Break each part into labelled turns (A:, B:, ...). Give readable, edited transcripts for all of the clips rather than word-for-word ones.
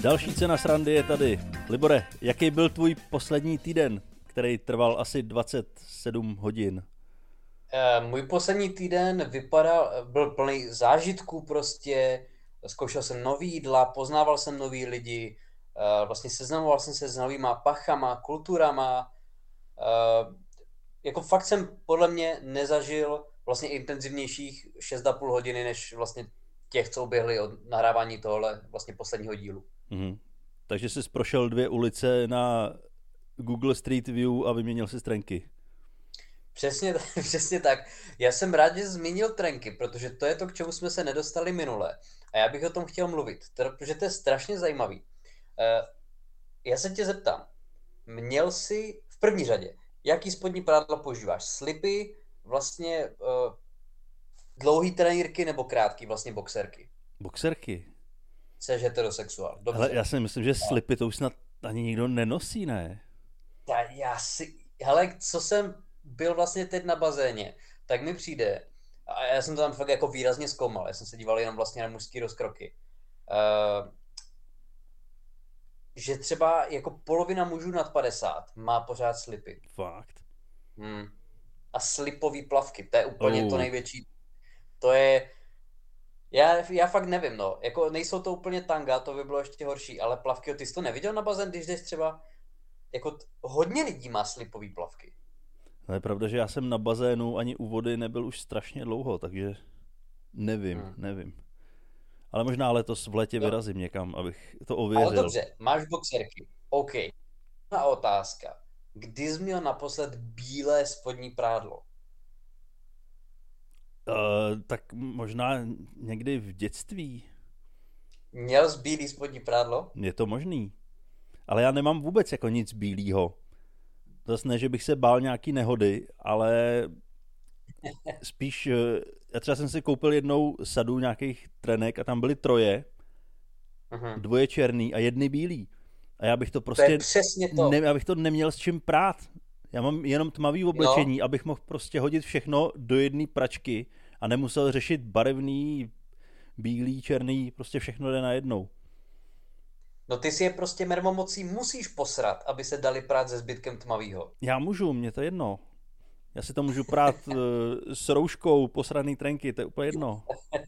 A: Další cena srandy je tady. Libore, jaký byl tvůj poslední týden, který trval asi 27 hodin?
B: Můj poslední týden byl plný zážitků prostě, zkoušel jsem nový jídla, poznával jsem nový lidi, vlastně seznamoval jsem se s novýma pachama, kulturama, jako fakt jsem podle mě nezažil vlastně intenzivnějších 6,5 hodiny, než vlastně těch, co uběhli od nahrávání tohle vlastně posledního dílu.
A: Mhm. Takže jsi prošel 2 ulice na Google Street View a vyměnil si trenky.
B: Přesně tak. Já jsem rád, že zmínil trenky, protože to je to, k čemu jsme se nedostali minule. A já bych o tom chtěl mluvit, protože to je strašně zajímavý. Já se tě zeptám, měl jsi v první řadě, jaký spodní prádlo používáš? Slipy, vlastně dlouhý trenýrky nebo krátký, vlastně boxerky?
A: Boxerky?
B: Jsi heterosexuál, dobře.
A: Hele, já si myslím, že slipy to už snad ani nikdo nenosí, ne?
B: Hele, co jsem byl vlastně teď na bazéně, tak mi přijde, a já jsem to tam fakt jako výrazně zkoumal, já jsem se díval jenom vlastně na mužský rozkroky, že třeba jako polovina mužů nad 50 má pořád slipy.
A: Fakt?
B: A slipový plavky, to je úplně to největší. To je, já fakt nevím, no, jako nejsou to úplně tanga, to by bylo ještě horší, ale plavky, ty jsi to neviděl na bazén, když jdeš třeba, jako hodně lidí má slipový plavky.
A: No je pravda, že já jsem na bazénu ani u vody nebyl už strašně dlouho, takže nevím. Ale možná letos v létě vyrazím někam, abych to ověřil.
B: Ale dobře, máš boxerky. OK. Jedna otázka. Kdy jsi měl naposled bílé spodní prádlo?
A: Tak možná někdy v dětství.
B: Měl jsi bílý spodní prádlo?
A: Je to možný. Ale já nemám vůbec jako nic bílýho. Zase ne, že bych se bál nějaký nehody, ale spíš, já třeba jsem si koupil jednou sadu nějakých trenek a tam byly 3, 2 černý a 1 bílý. A já bych to prostě...
B: To je přesně to.
A: Já bych to neměl s čím prát. Já mám jenom tmavý oblečení, abych mohl prostě hodit všechno do jedné pračky a nemusel řešit barevný, bílý, černý, prostě všechno jde najednou.
B: No ty si je prostě mermomocí musíš posrat, aby se dali prát se zbytkem tmavýho.
A: Já můžu, mě to je jedno. Já si to můžu prát s rouškou, posraný trenky, to je úplně jedno.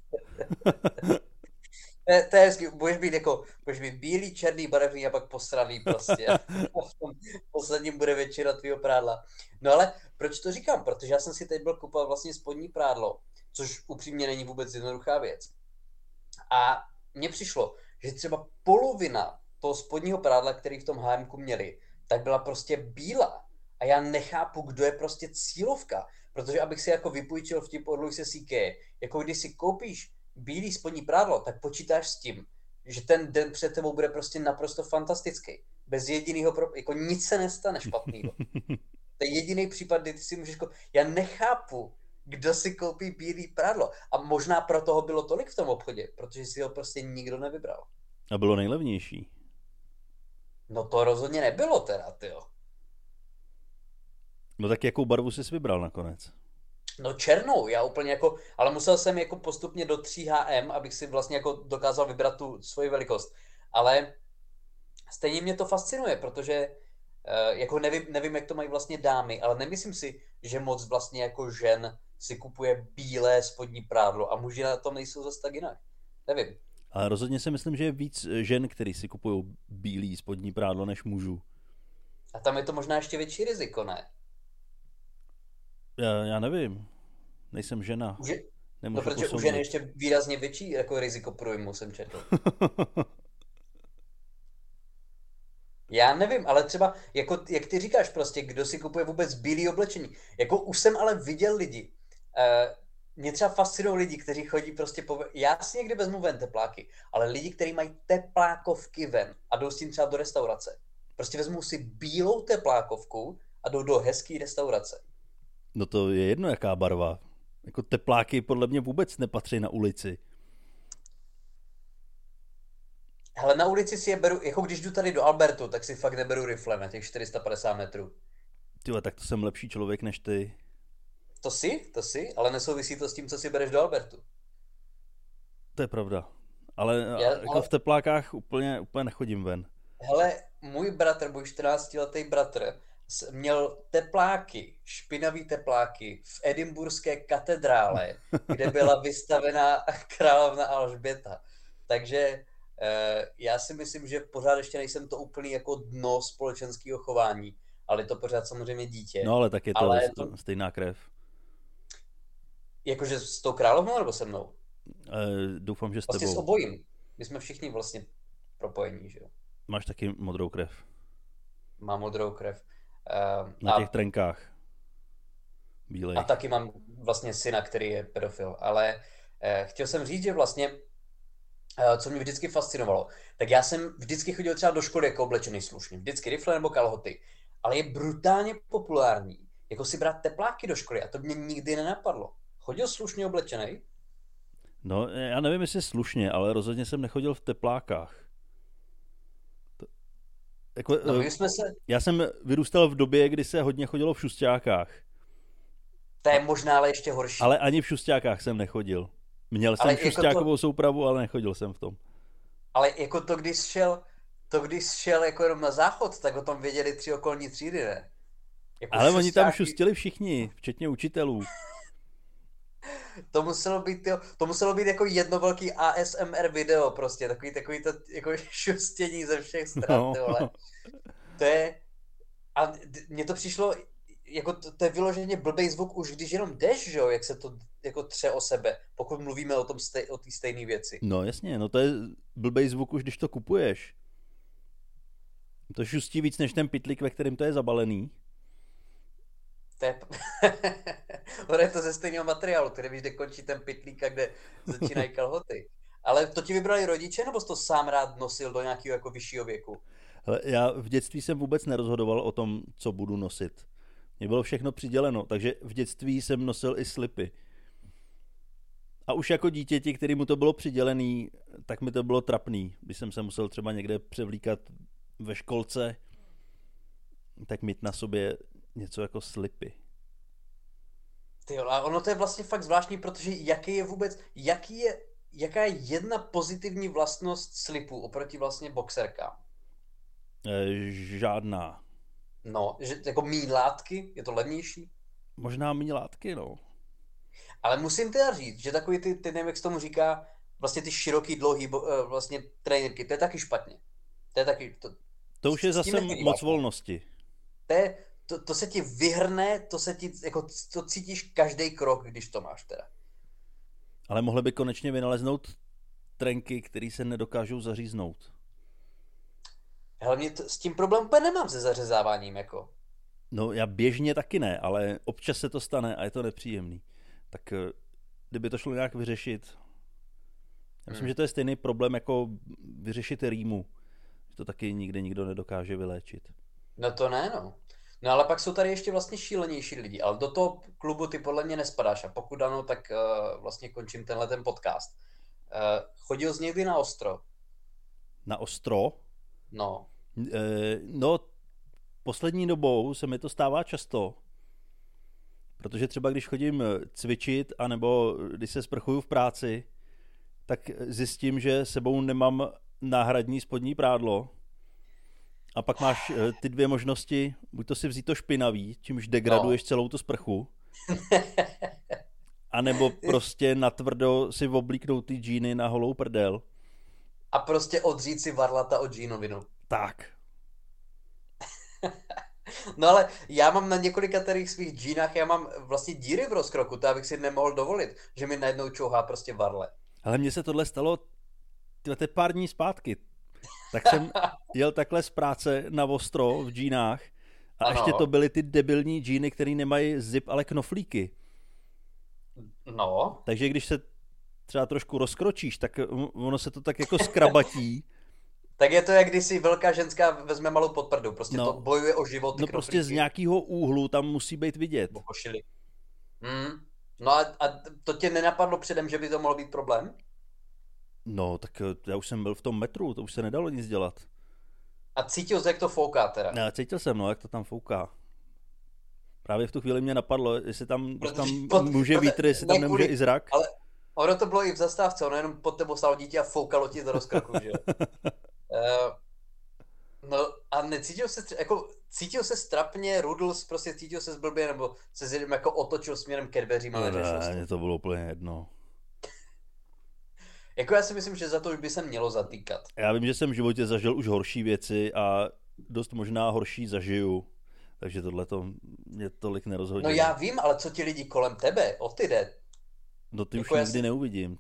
B: To je hezky, budeš být bílý, černý, barevný a pak posraný prostě. A v tom posledním bude většina tvýho prádla. No ale proč to říkám? Protože já jsem si teď byl kupovat vlastně spodní prádlo, což upřímně není vůbec jednoduchá věc. A mně přišlo, že třeba polovina toho spodního prádla, který v tom HMku měli, tak byla prostě bílá. A já nechápu, kdo je prostě cílovka. Protože abych si jako vypůjčil vtip od Luise C.K., jako když si koupíš bílý spodní prádlo, tak počítáš s tím, že ten den před tebou bude prostě naprosto fantastický. Bez jediného, jako nic se nestane špatného. To je jediný případ, kdy ty si můžeš, já nechápu, kdo si koupí bílý prádlo. A možná pro toho bylo tolik v tom obchodě, protože si ho prostě nikdo nevybral.
A: A bylo nejlevnější.
B: No to rozhodně nebylo teda, tyjo.
A: No tak jakou barvu jsi vybral nakonec?
B: No černou, já úplně jako, ale musel jsem jako postupně do 3HM, abych si vlastně jako dokázal vybrat tu svoji velikost. Ale stejně mě to fascinuje, protože jako nevím, jak to mají vlastně dámy, ale nemyslím si, že moc vlastně jako žen si kupuje bílé spodní prádlo a muži na tom nejsou zase tak jinak. Nevím.
A: Ale rozhodně si myslím, že je víc žen, který si kupují bílý spodní prádlo, než mužů.
B: A tam je to možná ještě větší riziko, ne?
A: Já nevím. Nejsem žena.
B: No, protože u žen je ještě výrazně větší jako riziko průjmu, jsem četl. Já nevím, ale třeba, jako, jak ty říkáš prostě, kdo si kupuje vůbec bílý oblečení. Jako už jsem ale viděl lidi. Mě třeba fascinují lidi, kteří chodí prostě já si někdy vezmu ven tepláky, ale lidi, kteří mají teplákovky ven a jdou s tím třeba do restaurace. Prostě vezmou si bílou teplákovku a jdou do hezký restaurace.
A: No to je jedno, jaká barva. Jako tepláky podle mě vůbec nepatří na ulici.
B: Hele, na ulici si je beru, jako když jdu tady do Albertu, tak si fakt neberu rifle na těch 450 metrů.
A: Tyhle, tak to jsem lepší člověk než ty.
B: To jsi, ale nesouvisí to s tím, co si bereš do Albertu.
A: To je pravda. Ale jako v teplákách úplně nechodím ven.
B: Hele, můj 14letý bratr, měl tepláky, špinavý tepláky v edinburské katedrále, kde byla vystavená královna Alžběta. Takže já si myslím, že pořád ještě nejsem to úplný jako dno společenského chování, ale je to pořád samozřejmě dítě.
A: No ale tak je to stejná krev.
B: Jakože s tou královnou nebo se mnou?
A: Doufám, že s
B: vlastně
A: tebou.
B: S obojím. My jsme všichni vlastně propojení, že jo?
A: Máš taky modrou krev.
B: Mám modrou krev.
A: Na těch trenkách. Bílej.
B: A taky mám vlastně syna, který je pedofil. Ale chtěl jsem říct, že vlastně, co mě vždycky fascinovalo, tak já jsem vždycky chodil třeba do školy jako oblečený slušně. Vždycky rifle nebo kalhoty. Ale je brutálně populární jako si brát tepláky do školy a to mě nikdy nenapadlo. Chodil slušně oblečený?
A: No, já nevím, jestli slušně, ale rozhodně jsem nechodil v teplákách. Já jsem vyrůstal v době, kdy se hodně chodilo v šustákách.
B: To je možná ale ještě horší.
A: Ale ani v šustákách jsem nechodil. Měl jsem šustákovou soupravu, ale nechodil jsem v tom.
B: Ale jako to, když šel jako jenom na záchod, tak o tom věděli 3 okolní třídy, ne? Jako
A: ale oni tam šustili všichni, včetně učitelů.
B: To muselo být jako jedno velký ASMR video prostě, takový to jako šustění ze všech stran, no. To je, a mně to přišlo, jako to je vyloženě blbej zvuk už když jenom jdeš, že jo, jak se to jako tře o sebe, pokud mluvíme o té stejné věci.
A: No jasně, no to je blbej zvuk už když to kupuješ. To šustí víc než ten pytlík, ve kterém to je zabalený.
B: Ono je to ze stejného materiálu, který víš, kde končí ten pytlík a kde začínají kalhoty. Ale to ti vybrali rodiče, nebo jsi to sám rád nosil do nějakého jako vyššího věku?
A: Hele, já v dětství jsem vůbec nerozhodoval o tom, co budu nosit. Mně bylo všechno přiděleno, takže v dětství jsem nosil i slipy. A už jako dítěti, kterému to bylo přidělený, tak mi to bylo trapný. Když jsem se musel třeba někde převlíkat ve školce, tak mít na sobě něco jako slipy.
B: Tyjo, a ono to je vlastně fakt zvláštní, protože jaká je jedna pozitivní vlastnost slipů oproti vlastně boxerkám?
A: Žádná.
B: No, že jako míň látky, je to levnější?
A: Možná míň látky, no.
B: Ale musím teda říct, že takový ty nevím, jak se tomu říká, vlastně ty široký, dlouhý vlastně trenérky, to je taky špatně. To je taky...
A: To už je zase moc volnosti.
B: To se ti vyhrne, to cítíš každý krok, když to máš teda.
A: Ale mohli by konečně vynaleznout trenky, které se nedokážou zaříznout.
B: Hlavně s tím problém úplně nemám se zařezáváním, jako.
A: No já běžně taky ne, ale občas se to stane a je to nepříjemný. Tak kdyby to šlo nějak vyřešit. Já myslím, že to je stejný problém jako vyřešit rýmu. To taky nikdy nikdo nedokáže vyléčit.
B: No to ne, no. No ale pak jsou tady ještě vlastně šílenější lidi, ale do toho klubu ty podle mě nespadáš a pokud ano, tak vlastně končím ten podcast. Chodil jsi někdy na ostro?
A: Na ostro?
B: No.
A: No, poslední dobou se mi to stává často, protože třeba když chodím cvičit, anebo když se sprchuju v práci, tak zjistím, že sebou nemám náhradní spodní prádlo. A pak máš ty dvě možnosti, buď to si vzít to špinavý, čímž degraduješ celou tu sprchu, anebo prostě natvrdo si oblíknout ty džíny na holou prdel.
B: A prostě odřít si varlata od džínovinu.
A: Tak.
B: No ale já mám na několika těch svých džínách, já mám vlastně díry v rozkroku, to abych si nemohl dovolit, že mi najednou čouhá prostě varle.
A: Ale mně se tohle stalo pár dní zpátky. Tak jsem jel takhle z práce na ostro v džínách a ještě to byly ty debilní džíny, které nemají zip, ale knoflíky.
B: No.
A: Takže když se třeba trošku rozkročíš, tak ono se to tak jako skrabatí.
B: Tak je to, jak když si velká ženská vezme malou podprdu. Prostě to bojuje o život.
A: No prostě z nějakého úhlu tam musí být vidět.
B: No a to tě nenapadlo předem, že by to mohlo být problém?
A: No, tak já už jsem byl v tom metru, to už se nedalo nic dělat.
B: A cítil jsi, jak to fouká teda?
A: Já cítil jsem, jak to tam fouká. Právě v tu chvíli mě napadlo, jestli tam může vítr, jestli tam nemůže i zrak.
B: Ono to bylo i v zastávce, ono jenom pod tebou stálo dítě a foukalo ti do rozkroku, že jo. No a necítil se, jako cítil se strapně, Rudls, prostě cítil se zblbě, nebo se jako otočil směrem ke dveřím, ale
A: Ne, mně to bylo úplně jedno.
B: Jako já si myslím, že za to už by se mělo zatýkat.
A: Já vím, že jsem v životě zažil už horší věci a dost možná horší zažiju, takže tohle to mě tolik nerozhodilo.
B: No já vím, ale co ti lidi kolem tebe, o ty jde.
A: No ty
B: jako
A: už nikdy neuvidím.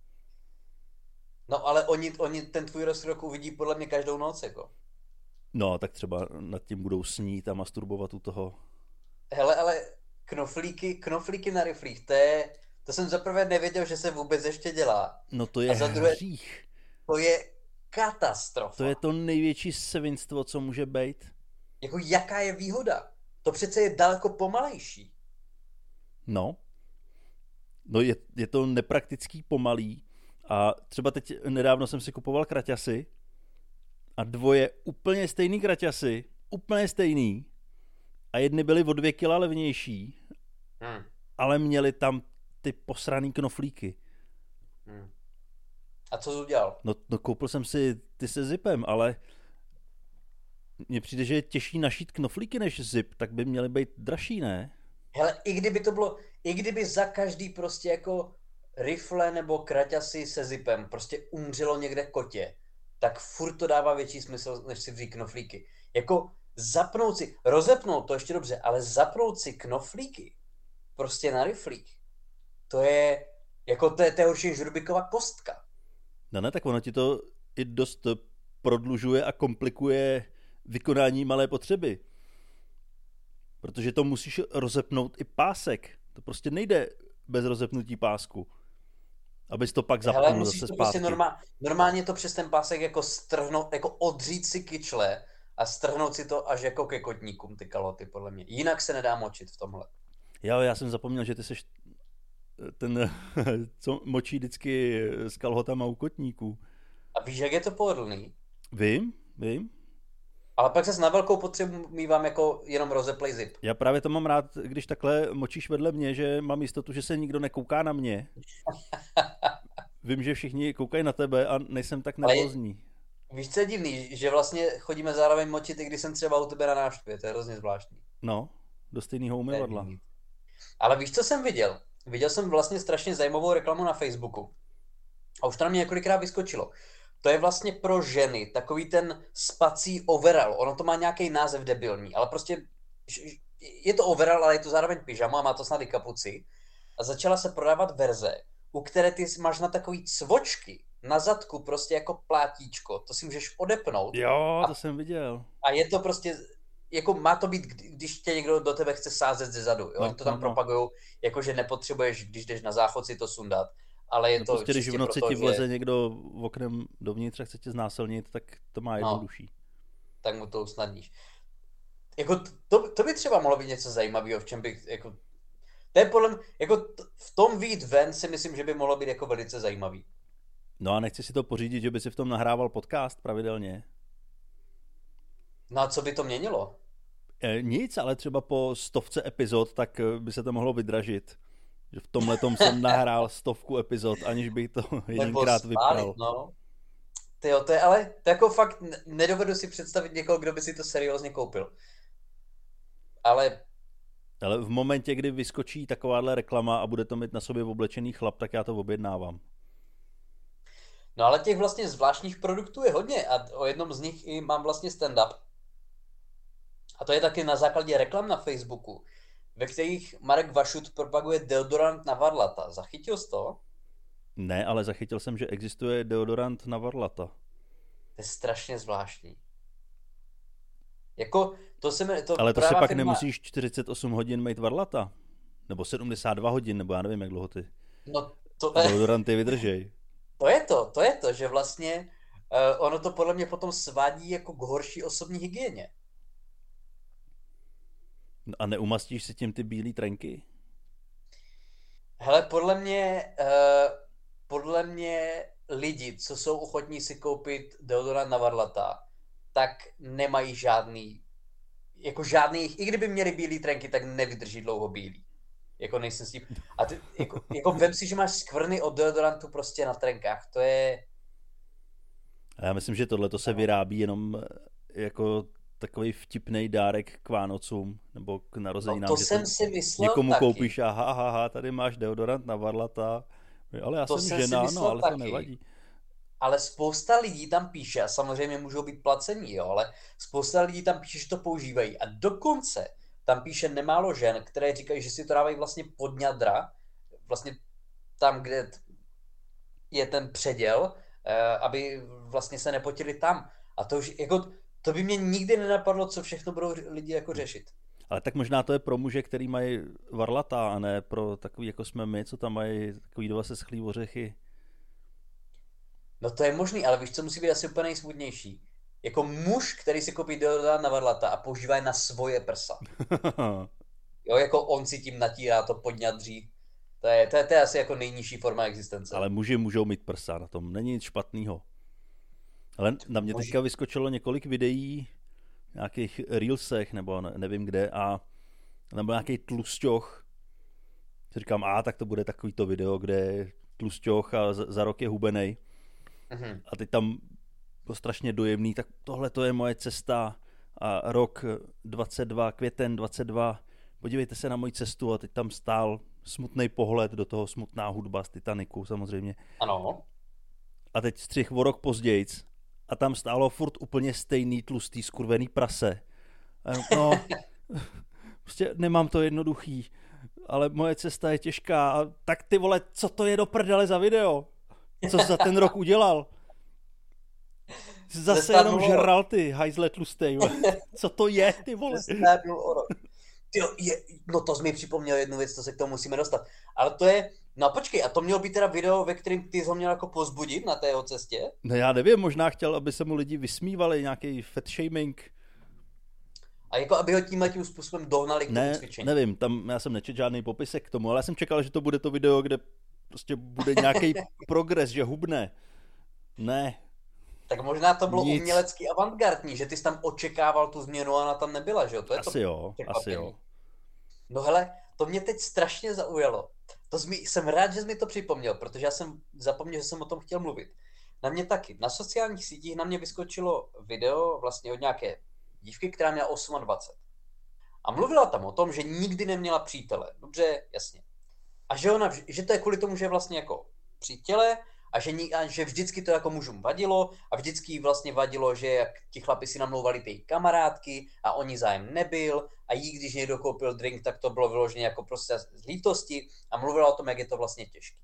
B: No ale oni ten tvůj rozkrok uvidí podle mě každou noc, jako.
A: No, tak třeba nad tím budou snít a masturbovat u toho.
B: Hele, ale knoflíky na riflích, to jsem zaprvé nevěděl, že se vůbec ještě dělá.
A: No to je
B: a za druhé,
A: hřích.
B: To je katastrofa.
A: To je to největší svinstvo, co může být.
B: Jako jaká je výhoda? To přece je daleko pomalejší.
A: No je to nepraktický, pomalý. A třeba teď nedávno jsem si kupoval kraťasy a dvoje úplně stejný kraťasy, úplně stejný. A jedny byly o 2 kila levnější, ale měli tam ty posraný knoflíky.
B: A co jsi udělal?
A: No koupil jsem si ty se zipem, ale mně přijde, že je těžší našít knoflíky než zip, tak by měly být dražší, ne?
B: Hele, i kdyby za každý prostě jako rifle nebo kraťasy se zipem prostě umřelo někde kotě, tak furt to dává větší smysl, než si vzít knoflíky. Jako rozepnout to ještě dobře, ale zapnout si knoflíky prostě na riflích, to je horší než Rubikova kostka.
A: No ne, tak ono ti to i dost prodlužuje a komplikuje vykonání malé potřeby. Protože to musíš rozepnout i pásek. To prostě nejde bez rozepnutí pásku. Abys to pak zapnul.
B: Hele, musíš zase to zpátky. Prostě normálně to přes ten pásek jako strhnout, jako odřít si kyčle a strhnout si to až jako ke kotníkům, ty kaloty, podle mě. Jinak se nedá močit v tomhle.
A: Jo, já jsem zapomněl, že ty seš ten, co močí vždycky s kalhotama u kotníků.
B: A víš, jak je to pohodlný?
A: Vím.
B: Ale pak se na velkou potřebu mívám jako jenom rozeplej zip.
A: Já právě to mám rád, když takhle močíš vedle mě, že mám jistotu, že se nikdo nekouká na mě. Vím, že všichni koukají na tebe a nejsem tak nervózní.
B: Víš, co je divný? Že vlastně chodíme zároveň močit, i když jsem třeba u tebe na návštěvě. To je hrozně zvláštní.
A: No, do stejného umyvadla.
B: Ale víš, co jsem viděl? Viděl jsem vlastně strašně zajímavou reklamu na Facebooku. A už to na mě několikrát vyskočilo. To je vlastně pro ženy takový ten spací overall. Ono to má nějaký název debilní, ale prostě je to overall, ale je to zároveň pyžama a má to snad i kapuci. A začala se prodávat verze, u které ty máš na takový cvočky na zadku prostě jako plátíčko. To si můžeš odepnout.
A: Jo, to jsem viděl.
B: A je to prostě, jako má to být, když tě někdo do tebe chce sázet ze zadu. Jo? Oni to tam propagujou, jakože nepotřebuješ, když jdeš na záchod si to sundat. Ale je to
A: prostě, když v noci ti vleze někdo oknem dovnitř a chce tě znásilnit, tak to má jednodušší.
B: Tak mu to usnadníš. Jako to by třeba mohlo být něco zajímavého, v čem bych, jako, to je podle mě, jako v tom vyjít ven si myslím, že by mohlo být jako velice zajímavý.
A: No a nechci si to pořídit, že by si v tom nahrával podcast pravidelně?
B: No a co by to měnilo?
A: Nic, ale třeba po 100 epizod, tak by se to mohlo vydražit. Že v tomhletom jsem nahrál 100 epizod, aniž bych to jedinkrát vypral.
B: No. Tyjo, to je jako fakt nedovedu si představit někoho, kdo by si to seriózně koupil. Ale
A: v momentě, kdy vyskočí takováhle reklama a bude to mít na sobě oblečený chlap, tak já to objednávám.
B: No ale těch vlastně zvláštních produktů je hodně a o jednom z nich i mám vlastně stand-up. A to je taky na základě reklam na Facebooku, ve kterých Marek Vašut propaguje deodorant na varlata. Zachytil jsi to?
A: Ne, ale zachytil jsem, že existuje deodorant na varlata.
B: To je strašně zvláštní. Jako,
A: ale to si pak nemusíš 48 hodin mít varlata. Nebo 72 hodin, nebo já nevím, jak dlouho ty deodoranty vydržej.
B: To je to, že vlastně ono to podle mě potom svádí jako k horší osobní hygieně.
A: A neumastíš si tím ty bílý trenky?
B: Hele, podle mě lidi, co jsou ochotní si koupit deodorant na varlata, tak nemají žádný, i kdyby měli bílý trenky, tak nevydrží dlouho bílý. Jako nejsem s tím. A ty, jako vem si, že máš skvrny od deodorantu prostě na trenkách. To je...
A: A já myslím, že tohle to se vyrábí jenom jako takový vtipný dárek k Vánocům nebo k narozeninám.
B: No to jsem si myslel
A: někomu
B: taky.
A: koupíš a ha, tady máš deodorant na varlata. Ale já
B: To
A: jsem
B: jsem
A: žena,
B: si
A: no, ale
B: taky.
A: to nevadí.
B: Ale spousta lidí tam píše, a samozřejmě můžou být placení, jo, ale spousta lidí tam píše, že to používají. A dokonce tam píše nemálo žen, které říkají, že si to dávají vlastně pod ňadra, vlastně tam, kde je ten předěl, aby vlastně se nepotili tam. A to už, jako, to by mě nikdy nenapadlo, co všechno budou lidi jako řešit.
A: Ale tak možná to je pro muže, který mají varlata, a ne pro takový, jako jsme my, co tam mají takový dva se schlý ořechy.
B: No to je možný, ale víš, co musí být asi úplně nejsmutnější? Jako muž, který si koupí deodorant na varlata a používá je na svoje prsa. Jo, jako on si tím natírá to podňadří. To je asi jako nejnižší forma existence.
A: Ale muži můžou mít prsa, na tom není nic špatného. Ale na mě teďka vyskočilo několik videí v nějakých reelsech, nebo nevím kde, a tam byl nějaký tlusťoch. Říkám, tak to bude takovýto video, kde je tlusťoch a za rok je hubenej.
B: Mhm.
A: A teď tam bylo strašně dojemný, tak tohle to je moje cesta a rok 22, květen 22, podívejte se na moji cestu, a teď tam stál smutný pohled, do toho smutná hudba z Titaniku samozřejmě.
B: Ano.
A: A teď střih o rok pozdějc a tam stálo furt úplně stejný tlustý skurvený prase. A no, prostě nemám to jednoduchý, ale moje cesta je těžká. A tak ty vole, co to je do prdele za video? Co jsi za ten rok udělal? Zase jenom žral ty hajzle tlustej. Co to je, ty vole?
B: No to jsi mi připomněl jednu věc, to se k tomu musíme dostat. Ale to je, no počkej, a to mělo být teda video, ve kterém ty jsi ho měl jako pozbudit na té jeho cestě?
A: No já nevím, možná chtěl, aby se mu lidi vysmívali, nějaký fat shaming.
B: A jako aby ho tímhletím způsobem dohnali k tomu cvičení.
A: Nevím, tam já jsem nečetl žádný popisek k tomu, ale já jsem čekal, že to bude to video, kde prostě bude nějaký progres, že hubne. Ne.
B: Tak možná to bylo umělecky avantgardní, že ty jsi tam očekával tu změnu a ona tam nebyla, že jo? To je
A: asi jo.
B: No hele, to mě teď strašně zaujalo. Jsem rád, že jsi mi to připomněl, protože já jsem zapomněl, že jsem o tom chtěl mluvit. Na mě taky. Na sociálních sítích na mě vyskočilo video vlastně od nějaké dívky, která měla 28. A mluvila tam o tom, že nikdy neměla přítele. Dobře, jasně. A že to je kvůli tomu, že je vlastně jako při těle a že vždycky to jako mužům vadilo a vždycky vlastně vadilo, že jak ti chlapi si namlouvali ty kamarádky a oni zájem nebyl a jí, když někdo koupil drink, tak to bylo vyloženě jako prostě z lítosti a mluvila o tom, jak je to vlastně těžké.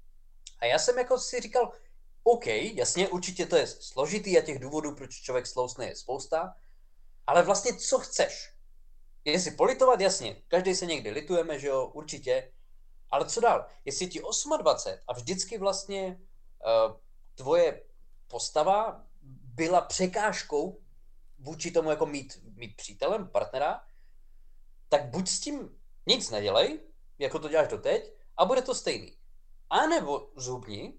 B: A já jsem jako si říkal, OK, jasně, určitě to je složitý a těch důvodů, proč člověk slousne, je spousta, ale vlastně co chceš? Jestli politovat, jasně, každý se někdy litujeme, že jo, určitě, ale co dál? Jestli ti 28 a vždycky vlastně tvoje postava byla překážkou vůči tomu jako mít přítelem, partnera, tak buď s tím nic nedělej, jako to děláš doteď, a bude to stejný. A nebo zhubni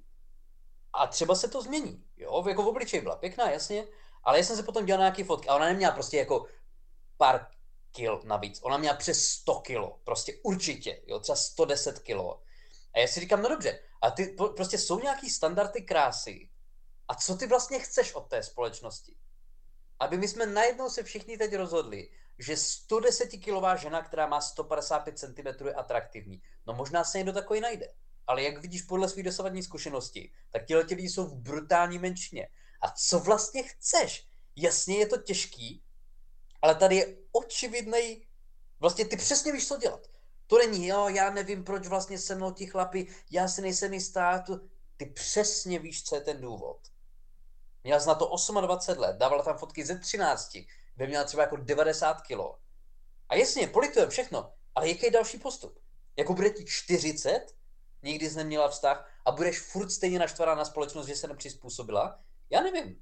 B: a třeba se to změní. Jo, jako v obličeji byla pěkná, jasně, ale já jsem se potom dělal nějaký fotky a ona neměla prostě jako pár kil navíc. Ona měla přes 100 kilo, prostě určitě, jo, třeba 110 kilo. A já si říkám, no dobře, a ty prostě jsou nějaký standardy krásy. A co ty vlastně chceš od té společnosti? Aby my jsme najednou se všichni teď rozhodli, že 110-kilová žena, která má 155 cm je atraktivní. No možná se někdo takový najde. Ale jak vidíš podle svých dosavadní zkušenosti, tak ti lidi jsou v brutální menšině. A co vlastně chceš? Jasně je to těžký, ale tady je očividnej, vlastně ty přesně víš, co dělat. To není, jo, já nevím, proč vlastně se mnou ti chlapi, já si nejsem jistá, ty přesně víš, co je ten důvod. Měla jsi na to 28 let, dávala tam fotky ze 13, kde měla třeba jako 90 kilo. A jasně, politujem všechno, ale jaký je další postup? Jako bude ti 40, nikdy jsi neměla vztah a budeš furt stejně naštvaná na společnost, že se nepřizpůsobila? Já nevím.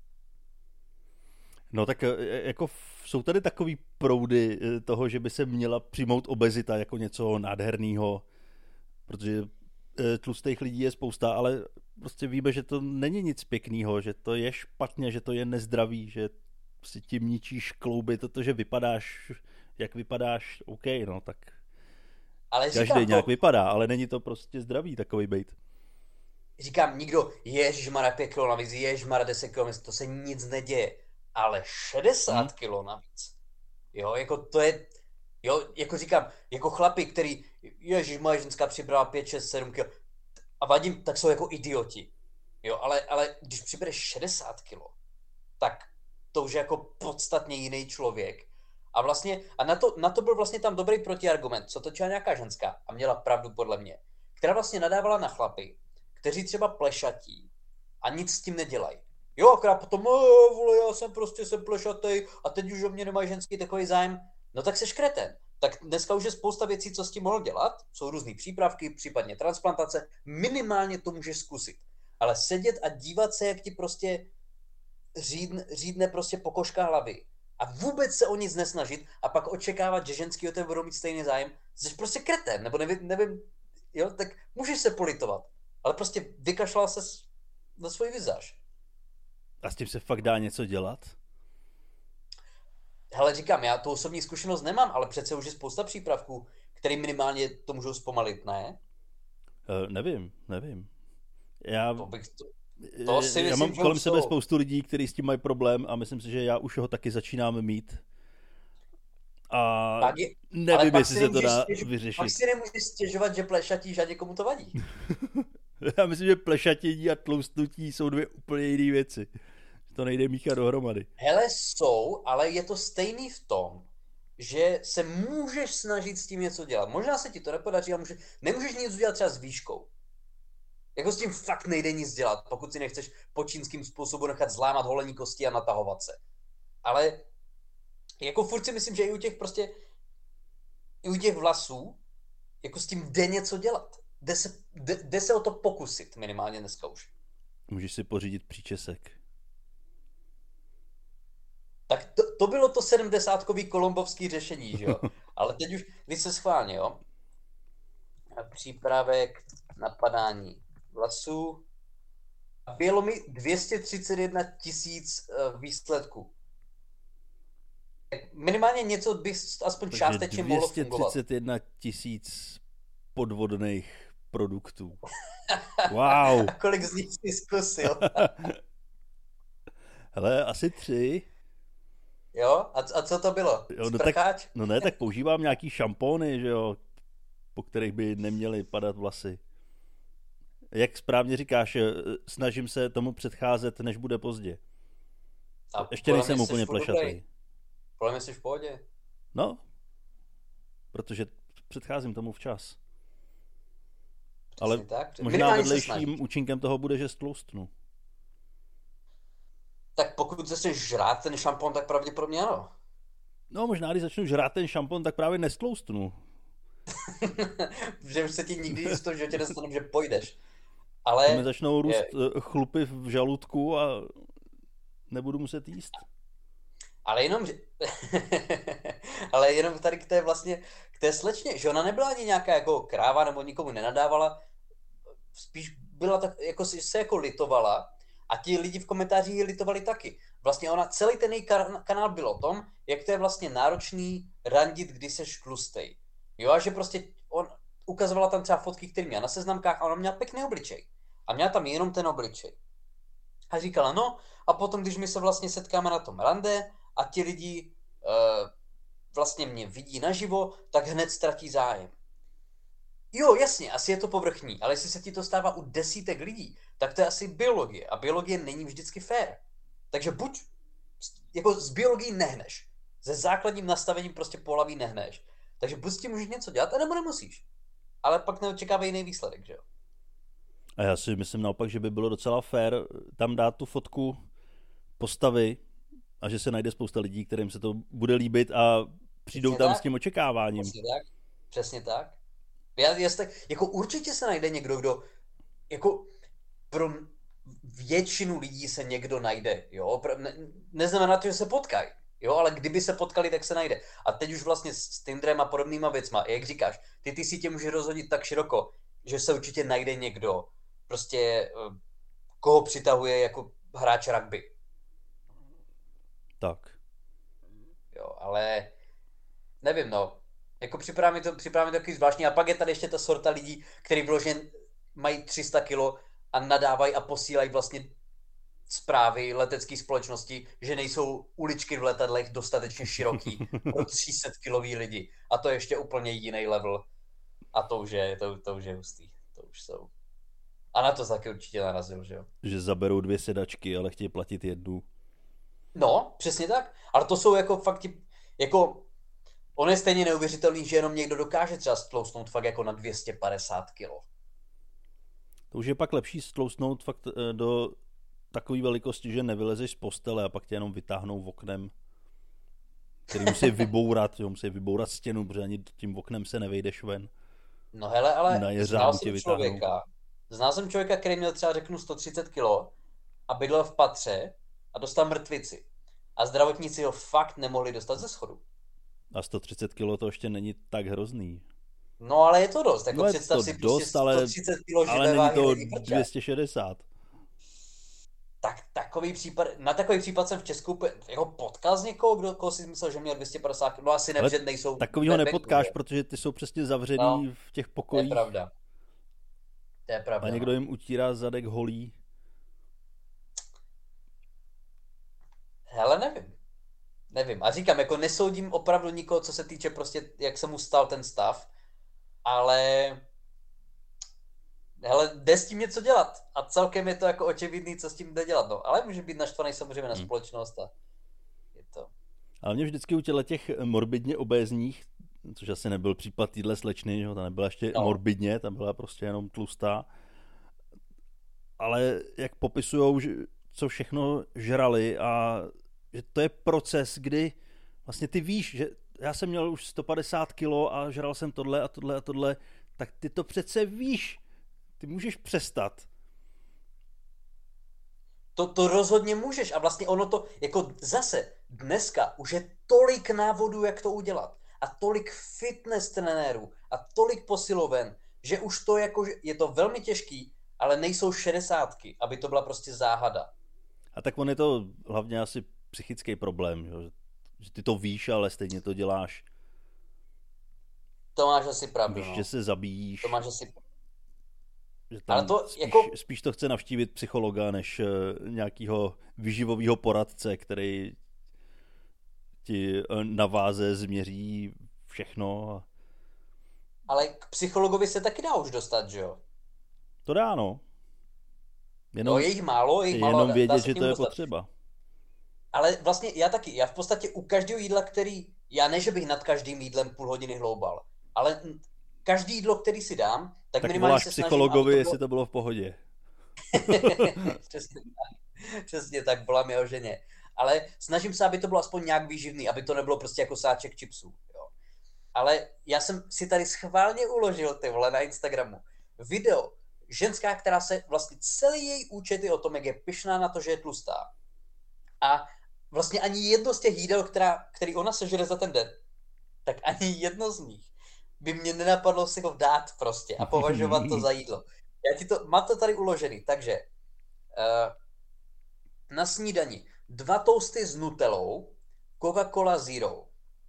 A: No tak jako jsou tady takový proudy toho, že by se měla přijmout obezita jako něco nádherného, protože tlustých lidí je spousta, ale prostě víme, že to není nic pěkného, že to je špatně, že to je nezdravý, že si tím ničíš klouby, protože vypadáš, jak vypadáš, OK, no tak
B: Ale
A: Každý
B: říkám
A: nějak
B: to,
A: vypadá, ale není to prostě zdravý takový bejt.
B: říkám nikdo, ježmara 5 kilo navíc, ježmara 10 kilo navíc, to se nic neděje. Ale 60 kilo navíc. Jo, jako to je, jo, jako říkám, jako chlapi, který, ježiš, moje ženská přibrala 5, 6, 7 kilo a vadím, tak jsou jako idioti. Jo, ale když přibereš 60 kilo, tak to už je jako podstatně jiný člověk. A vlastně, a na to byl vlastně tam dobrý protiargument, co točila nějaká ženská, a měla pravdu podle mě, která vlastně nadávala na chlapy, kteří třeba plešatí a nic s tím nedělají. Jo, akorát potom, vole, já jsem plešatej a teď už o mě nemá ženský takový zájem. No tak seš kreten. Tak dneska už je spousta věcí, co s tím mohl dělat. Jsou různý přípravky, případně transplantace. Minimálně to můžeš zkusit. Ale sedět a dívat se, jak ti prostě řídne prostě pokožka hlavy a vůbec se o nic nesnažit a pak očekávat, že ženský o tebe budou mít stejný zájem, jsi prostě kreten, nebo nevím, jo, tak můžeš se politovat, ale prostě vykašlal se na svůj vizáž.
A: A s tím se fakt dá něco dělat?
B: Hele, říkám, já tu osobní zkušenost nemám, ale přece už je spousta přípravků, které minimálně to můžou zpomalit, ne?
A: Nevím. Já...
B: To si
A: já
B: myslím,
A: mám
B: že
A: kolem
B: už
A: sebe
B: jsou.
A: spoustu lidí, kteří s tím mají problém a myslím si, že já už ho taky začínám mít. A nevím, jestli se to dá vyřešit.
B: Pak si nemůžeš stěžovat, že plešatíš a někomu to vadí.
A: Já myslím, že plešatění a tloustnutí jsou dvě úplně jiné věci. To nejde míchat dohromady.
B: Hele, jsou, ale je to stejný v tom, že se můžeš snažit s tím něco dělat. Možná se ti to nepodaří, ale nemůžeš nic udělat třeba s výškou. Jako s tím fakt nejde nic dělat, pokud si nechceš po čínským způsobu nechat zlámat holení kosti a natahovat se. Ale jako furt si myslím, že i u těch vlasů, jako s tím jde něco dělat. Jde se o to pokusit, minimálně dneska už.
A: Můžeš si pořídit příčesek.
B: Tak to bylo to 70kový kolombovský řešení, že jo? Ale teď už, když se schválně, jo? Přípravek, napadání vlasů. Bylo mi 231 000 výsledků. Minimálně něco by aspoň částečně mohlo fungovat.
A: 231 000 podvodných produktů. Wow.
B: A kolik z nich jsi zkusil?
A: Hele, asi 3.
B: Jo? A co to bylo?
A: Jo,
B: Sprcháč?
A: tak používám nějaký šampóny, že jo, po kterých by neměly padat vlasy. Jak správně říkáš, snažím se tomu předcházet, než bude pozdě.
B: A
A: ještě nejsem úplně plešatý.
B: Podle mě jsi v pohodě.
A: No, protože předcházím tomu včas. Ale
B: tak.
A: možná vedlejším účinkem toho bude, že stloustnu.
B: Tak pokud chceš žrát ten šampon, tak pravděpodobně ano.
A: No, možná když začnu žrát ten šampon, tak právě nestloustnu.
B: Že už se ti nikdy z toho životě nestane, že pojdeš. Ale...
A: To mi začnou růst chlupy v žaludku a nebudu muset jíst.
B: Ale jenom tady k té slečně, že ona nebyla ani nějaká jako kráva nebo nikomu nenadávala, spíš byla tak, jako se jako litovala a ti lidi v komentářích ji litovali taky. Vlastně celý ten její kanál byl o tom, jak to je vlastně náročný randit, když seš tlustej. Jo, a že prostě on ukazovala tam třeba fotky, které měla na seznamkách a ona měla pěkný obličej. A měla tam jenom ten obličej. A říkala, no, a potom, když my se vlastně setkáme na tom rande a ti lidi vlastně mě vidí naživo, tak hned ztratí zájem. Jo, jasně, asi je to povrchní, ale jestli se ti to stává u desítek lidí, tak to je asi biologie. A biologie není vždycky fér. Takže buď jako z biologií nehneš. Se základním nastavením prostě pohlaví nehneš. Takže buď s tím můžeš něco dělat, anebo nemusíš. Ale pak neočekávej jiný výsledek, že jo? A
A: já si myslím naopak, že by bylo docela fér tam dát tu fotku postavy a že se najde spousta lidí, kterým se to bude líbit a přijdou tam s tím očekáváním.
B: Přesně tak. Jako určitě se najde někdo, kdo jako pro většinu lidí se někdo najde, jo? Neznamená to, že se potkají, jo? Ale kdyby se potkali, tak se najde. A teď už vlastně s Tinderem a podobnýma věcma, jak říkáš, ty sítě může rozhodit tak široko, že se určitě najde někdo, prostě koho přitahuje jako hráč rugby.
A: Tak.
B: Jo, ale nevím, no. Jako připadá mi to takový zvláštní. A pak je tady ještě ta sorta lidí, který vyloženě mají 300 kilo a nadávají a posílají vlastně zprávy letecké společnosti, že nejsou uličky v letadlech dostatečně široký pro 300 kilový lidi. A to je ještě úplně jiný level. A to už je hustý. To už jsou. A na to taky určitě narazil, že jo?
A: Že zaberou 2 sedačky, ale chtějí platit 1.
B: No, přesně tak. Ale to jsou jako fakt, jako on je stejně neuvěřitelný, že jenom někdo dokáže třeba stlousnout fakt jako na 250 kilo.
A: To už je pak lepší stlousnout fakt do takové velikosti, že nevylezeš z postele a pak tě jenom vytáhnou oknem, který musí vybourat, jo, musí vybourat stěnu, protože ani tím oknem se nevejdeš ven.
B: No hele, ale
A: Na jeřábu tě vytáhnou.
B: Znal jsem člověka, který měl třeba řeknu 130 kilo a bydlel v patře a dostal mrtvici. A zdravotníci ho fakt nemohli dostat ze schodu.
A: A 130 kilo to ještě není tak hrozný.
B: No ale je to dost, jako
A: no
B: představ
A: to
B: si
A: dost,
B: prostě 130 kilo živé
A: ale
B: váhy.
A: není to 260.
B: Tak na takový případ jsem v Česku jako potkal z někoho, koho si myslel, že měl 250 kg, no asi ne, že nejsou...
A: Takovýho nepotkáš, protože ty jsou přesně zavřený v těch pokojích.
B: To je pravda. To je pravda.
A: A někdo jim utírá zadek holí.
B: Hele, nevím. A říkám, jako nesoudím opravdu nikoho, co se týče prostě, jak se mu stal ten stav, ale hele, jde s tím něco dělat. A celkem je to jako očividný, co s tím jde dělat. No. Ale může být naštvaný samozřejmě na společnost a je to...
A: Ale mě vždycky u těch morbidně obézních, což asi nebyl případ téhle slečny, že ta nebyla ještě morbidně, ta byla prostě jenom tlustá. Ale jak popisujou, co všechno žrali a že to je proces, kdy vlastně ty víš, že já jsem měl už 150 kilo a žral jsem tohle a tohle a tohle, tak ty to přece víš. Ty můžeš přestat.
B: To rozhodně můžeš a vlastně ono to, jako zase, dneska už je tolik návodů, jak to udělat a tolik fitness trenérů a tolik posiloven, že už to jako, je to velmi těžký, ale nejsou 60, aby to byla prostě záhada.
A: A tak on je to hlavně asi psychický problém, že ty to víš, ale stejně to děláš.
B: To máš asi pravdu.
A: Víš, že se zabíjíš.
B: To máš asi
A: že tam
B: ale to
A: spíš to chce navštívit psychologa, než nějakého výživového poradce, který ti na váze změří všechno.
B: Ale k psychologovi se taky dá už dostat, že jo?
A: To dá, no.
B: No je jich málo.
A: Jenom vědět, že to je potřeba.
B: Ale vlastně já v podstatě u každého jídla, já ne, že bych nad každým jídlem půl hodiny hloubal, ale každý jídlo, který si dám, tak minimálně se snažím,
A: psychologovi, jestli to bylo v pohodě.
B: Přesně tak, volám jeho ženě. Ale snažím se, aby to bylo aspoň nějak výživný, aby to nebylo prostě jako sáček chipsů. Jo. Ale já jsem si tady schválně uložil, ty vole, na Instagramu video, ženská, která se vlastně celý její účet je o tom, jak je pyšná na to, že je tlustá. A vlastně ani jedno z těch jídel, který ona sežere za ten den, tak ani jedno z nich by mě nenapadlo si ho dát prostě a považovat to za jídlo. Mám to tady uložený, takže na snídani 2 toasty s nutellou, Coca-Cola Zero,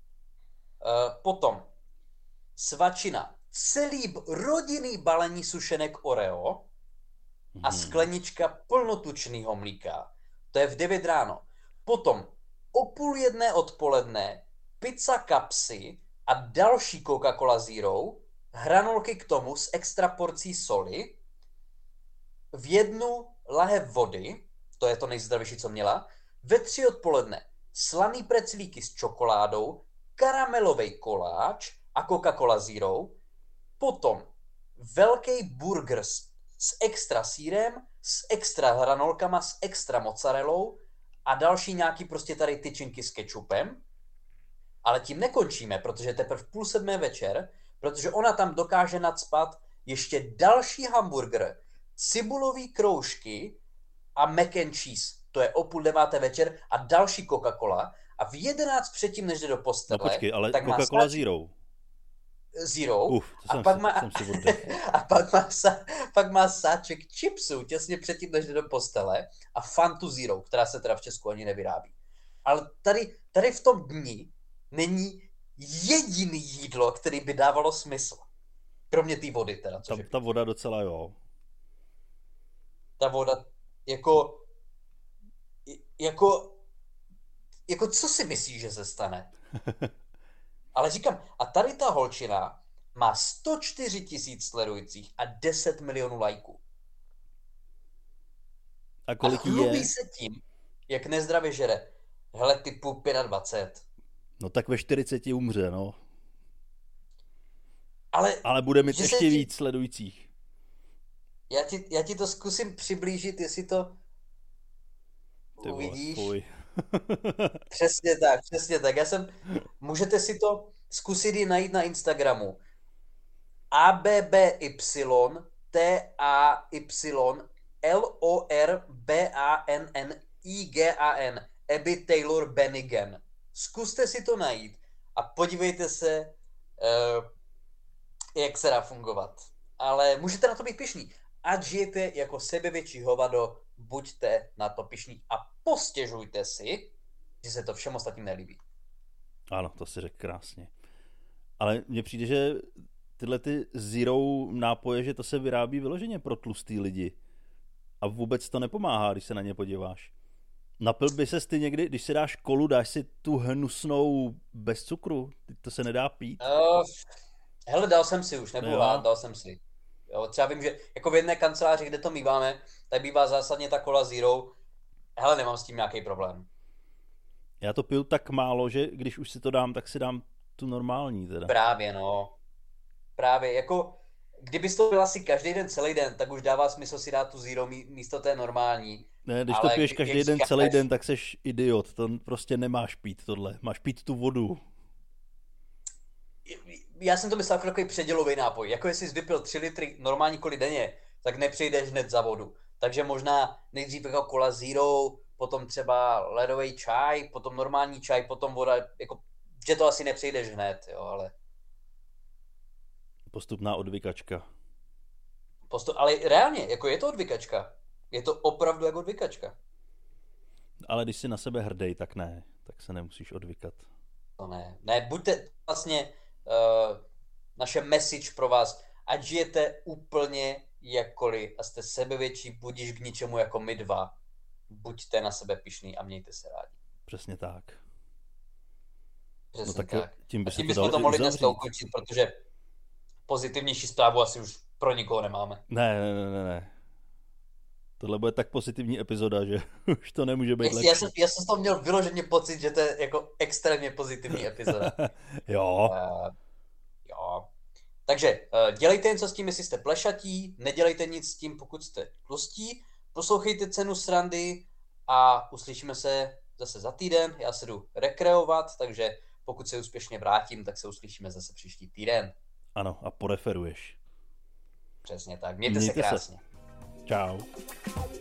B: potom svačina, celý rodinný balení sušenek Oreo a sklenička plnotučného mlíka. To je v 9 ráno. Potom o 12:30 odpoledne pizza kapsy a další Coca-Cola Zero, hranolky k tomu s extra porcí soli, v 1 lahev vody, to je to nejzdravější, co měla, ve 3 odpoledne slaný preclíky s čokoládou, karamelový koláč a Coca-Cola Zero, potom velký burger s extra sýrem, s extra hranolkama, s extra mozzarellou a další nějaký prostě tady tyčinky s kečupem. Ale tím nekončíme, protože teprve 6:30 večer, protože ona tam dokáže nacpat ještě další hamburger, cibulový kroužky a mac and cheese. To je o 8:30 večer a další Coca-Cola. A v 11 předtím, než jde do postele...
A: No počkej, ale Coca-Cola Zero.
B: Zero. Pak má sáček chipsů těsně předtím, než jde do postele a Fantu Zero, která se teda v Česku ani nevyrábí. Ale tady v tom dni není jediný jídlo, který by dávalo smysl. Kromě té vody teda.
A: Ta voda docela jo.
B: Ta voda, jako co si myslíš, že se stane? Ale říkám, a tady ta holčina má 104 000 sledujících a 10 milionů lajků.
A: A kolik jí je?
B: Se tím, jak nezdravě žere. Hele, typu 25.
A: No tak ve 40 umře, no.
B: Ale
A: bude mít ještě víc sledujících.
B: Já ti to zkusím přiblížit, jestli to uvidíš. Přesně tak. Můžete si to zkusit i najít na Instagramu. ABBYLORBANNIGAN Abby Taylor Bennigan. Zkuste si to najít a podívejte se, jak se dá fungovat. Ale můžete na to být pyšní. Ať žijete jako sebevětší hovado, buďte na to pyšní a postěžujte si, že se to všem ostatním nelíbí.
A: Ano, to si řekl krásně. Ale mně přijde, že tyhle ty zero nápoje, že to se vyrábí vyloženě pro tlustý lidi. A vůbec to nepomáhá, když se na ně podíváš. Napil by ses ty někdy, když si dáš kolu, dáš si tu hnusnou bez cukru? To se nedá pít?
B: Hele, dal jsem si už, nebudu lhát, dal jsem si. Jo, třeba vím, že jako v jedné kanceláři, kde to míváme, tak bývá zásadně ta kola zero. Hele, nemám s tím nějaký problém.
A: Já to piju tak málo, že když už si to dám, tak si dám tu normální teda.
B: Právě, no. Právě, jako kdybys to pil asi každý den, celý den, tak už dává smysl si dát tu zero místo té normální.
A: Ne, když to piješ každý den, celý den, tak seš idiot. To prostě nemáš pít tohle. Máš pít tu vodu.
B: Já jsem to myslel jako takový předělový nápoj. Jako jestli jsi vypil 3 litry normální koly denně, tak nepřejdeš hned za vodu. Takže možná nejdřív jako kola zero, potom třeba ledový čaj, potom normální čaj, potom voda, jako, že to asi nepřejdeš hned, jo, ale...
A: Postupná odvykačka.
B: Ale reálně, jako je to odvykačka. Je to opravdu jako odvykačka.
A: Ale když jsi na sebe hrdej, tak ne. Tak se nemusíš odvykat.
B: To ne. Ne, buďte vlastně naše message pro vás, ať žijete úplně jakkoliv a jste sebevětší, budíš k ničemu jako my dva. Buďte na sebe pyšný a mějte se rádi.
A: Přesně tak.
B: Přesně
A: no tak.
B: Tím bychom to mohli dneska ukončit, protože pozitivnější zprávu asi už pro nikoho nemáme.
A: Ne. Tohle bude tak pozitivní epizoda, že už to nemůže být lepší.
B: Já jsem z toho měl vyloženě pocit, že to je jako extrémně pozitivní epizoda.
A: Jo.
B: Jo. Takže dělejte něco s tím, jestli jste plešatí, nedělejte nic s tím, pokud jste tlustí, poslouchejte Cenu srandy a uslyšíme se zase za týden. Já se jdu rekreovat, takže pokud se úspěšně vrátím, tak se uslyšíme zase příští týden.
A: Ano, a poreferuješ.
B: Přesně tak. Mějte se krásně.
A: Čau.